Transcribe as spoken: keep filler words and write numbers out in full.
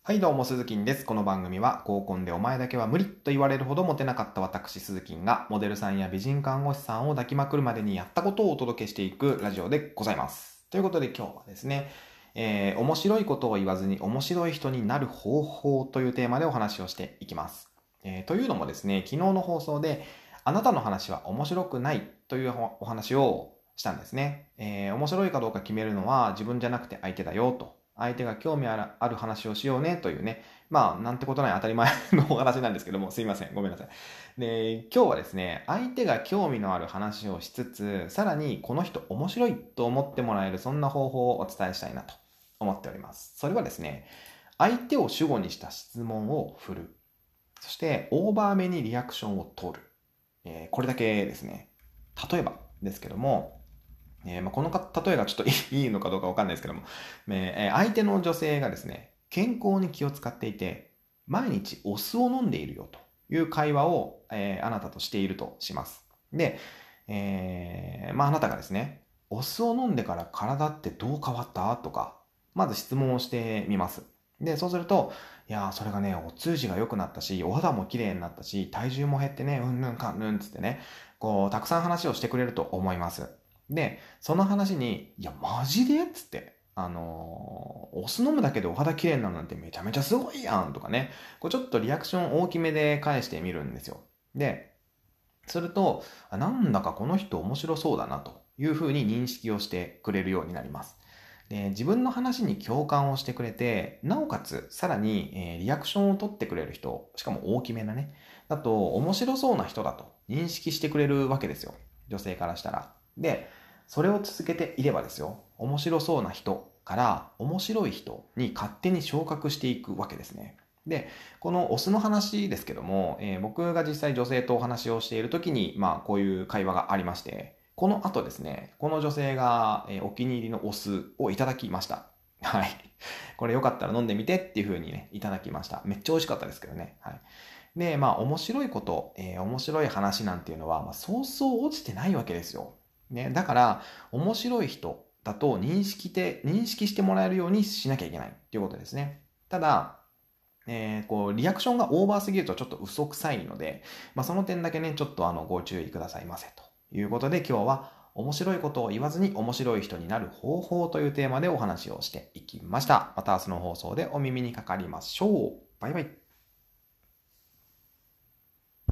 はいどうも、鈴木です。この番組は合コンでお前だけは無理と言われるほどモテなかった私鈴木がモデルさんや美人看護師さんを抱きまくるまでにやったことをお届けしていくラジオでございます。ということで今日はですね、えー、面白いことを言わずに面白い人になる方法というテーマでお話をしていきます。えー、というのもですね、昨日の放送であなたの話は面白くないというお話をしたんですね。えー、面白いかどうか決めるのは自分じゃなくて相手だよと。相手が興味ある話をしようねというね、まあ、なんてことない当たり前のお話なんですけども、すいません。ごめんなさい。で、今日はですね、相手が興味のある話をしつつ、さらにこの人面白いと思ってもらえる、そんな方法をお伝えしたいなと思っております。それはですね、相手を主語にした質問を振る。そして、オーバーめにリアクションを取る。えーこれだけですね。例えばですけども、えーまあ、このか例えがちょっといいのかどうかわかんないですけども、えー相手の女性がですね、健康に気を使っていて、毎日お酢を飲んでいるよという会話を、えーあなたとしているとします。で、えーまあ、あなたがですね、お酢を飲んでから体ってどう変わったとか、まず質問をしてみます。で、そうすると、いやー、それがね、お通じが良くなったし、お肌も綺麗になったし、体重も減ってね、うんぬんかんぬんつってね、こう、たくさん話をしてくれると思います。で、その話に、いや、マジでっつって、あのーお酢飲むだけでお肌綺麗になるなんてめちゃめちゃすごいやんとかね、こうちょっとリアクション大きめで返してみるんですよ。で、すると、あなんだかこの人面白そうだなというふうに認識をしてくれるようになります。で、自分の話に共感をしてくれて、なおかつ、さらに、えーリアクションを取ってくれる人、しかも大きめなね、だと面白そうな人だと認識してくれるわけですよ。女性からしたら。で、それを続けていればですよ、面白そうな人から面白い人に勝手に昇格していくわけですね。で、このオスの話ですけども、えー僕が実際女性とお話をしている時に、まあこういう会話がありまして、この後ですね、この女性が、えーお気に入りのお酢をいただきました。はい。これよかったら飲んでみてっていう風にね、いただきました。めっちゃ美味しかったですけどね。はい。で、まあ面白いこと、えー面白い話なんていうのは、まあ、そうそう落ちてないわけですよ。ね。だから、面白い人だと認識て、認識してもらえるようにしなきゃいけないっていうことですね。ただ、えーこう、リアクションがオーバーすぎるとちょっと嘘くさいので、まあ、その点だけね、ちょっとあの、ご注意くださいませということで、今日は面白いことを言わずに面白い人になる方法というテーマでお話をしていきました。また明日の放送でお耳にかかりましょう。バイバイ。